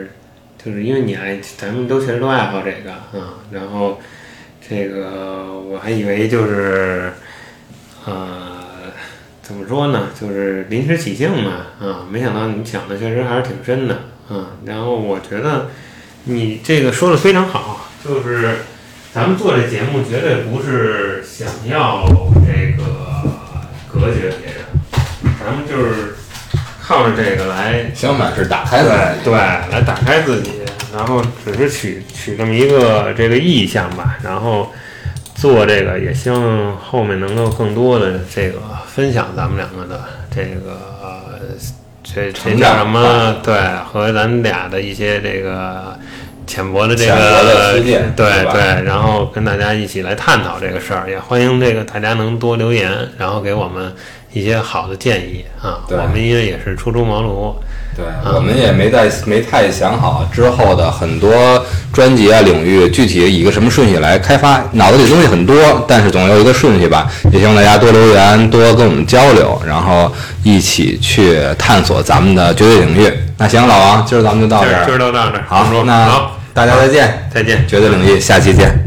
Speaker 2: 就是因为你爱，咱们都确实都爱好这个啊、嗯，然后这个我还以为就是，呃，怎么说呢，就是临时起兴嘛，啊、嗯，没想到你想的确实还是挺深的，啊、嗯，然后我觉得你这个说的非常好，就是咱们做这节目绝对不是想要这个隔绝别人，咱们就是。靠着这个来，
Speaker 1: 相反是打开自己，
Speaker 2: 对对，来打开自己，然后只是取取这么一个这个意向吧，然后做这个，也希望后面能够更多的这个分享咱们两个的这个呃这这叫什么？对，和咱俩的一些这个浅薄的这个
Speaker 1: 对
Speaker 2: 对对，然后跟大家一起来探讨这个事儿，也欢迎这个大家能多留言，然后给我们一些好的建议啊。我们因为也是初出茅庐，
Speaker 1: 对、啊、我们也没在没太想好之后的很多专辑啊领域具体以一个什么顺序来开发，脑子里东西很多，但是总有一个顺序吧。也希望大家多留言，多跟我们交流，然后一起去探索咱们的绝对领域。那行，老王，今儿咱们就到这儿，
Speaker 2: 今儿就到这儿。
Speaker 1: 好，那大家再见，
Speaker 2: 再见，
Speaker 1: 绝对领域，下期见。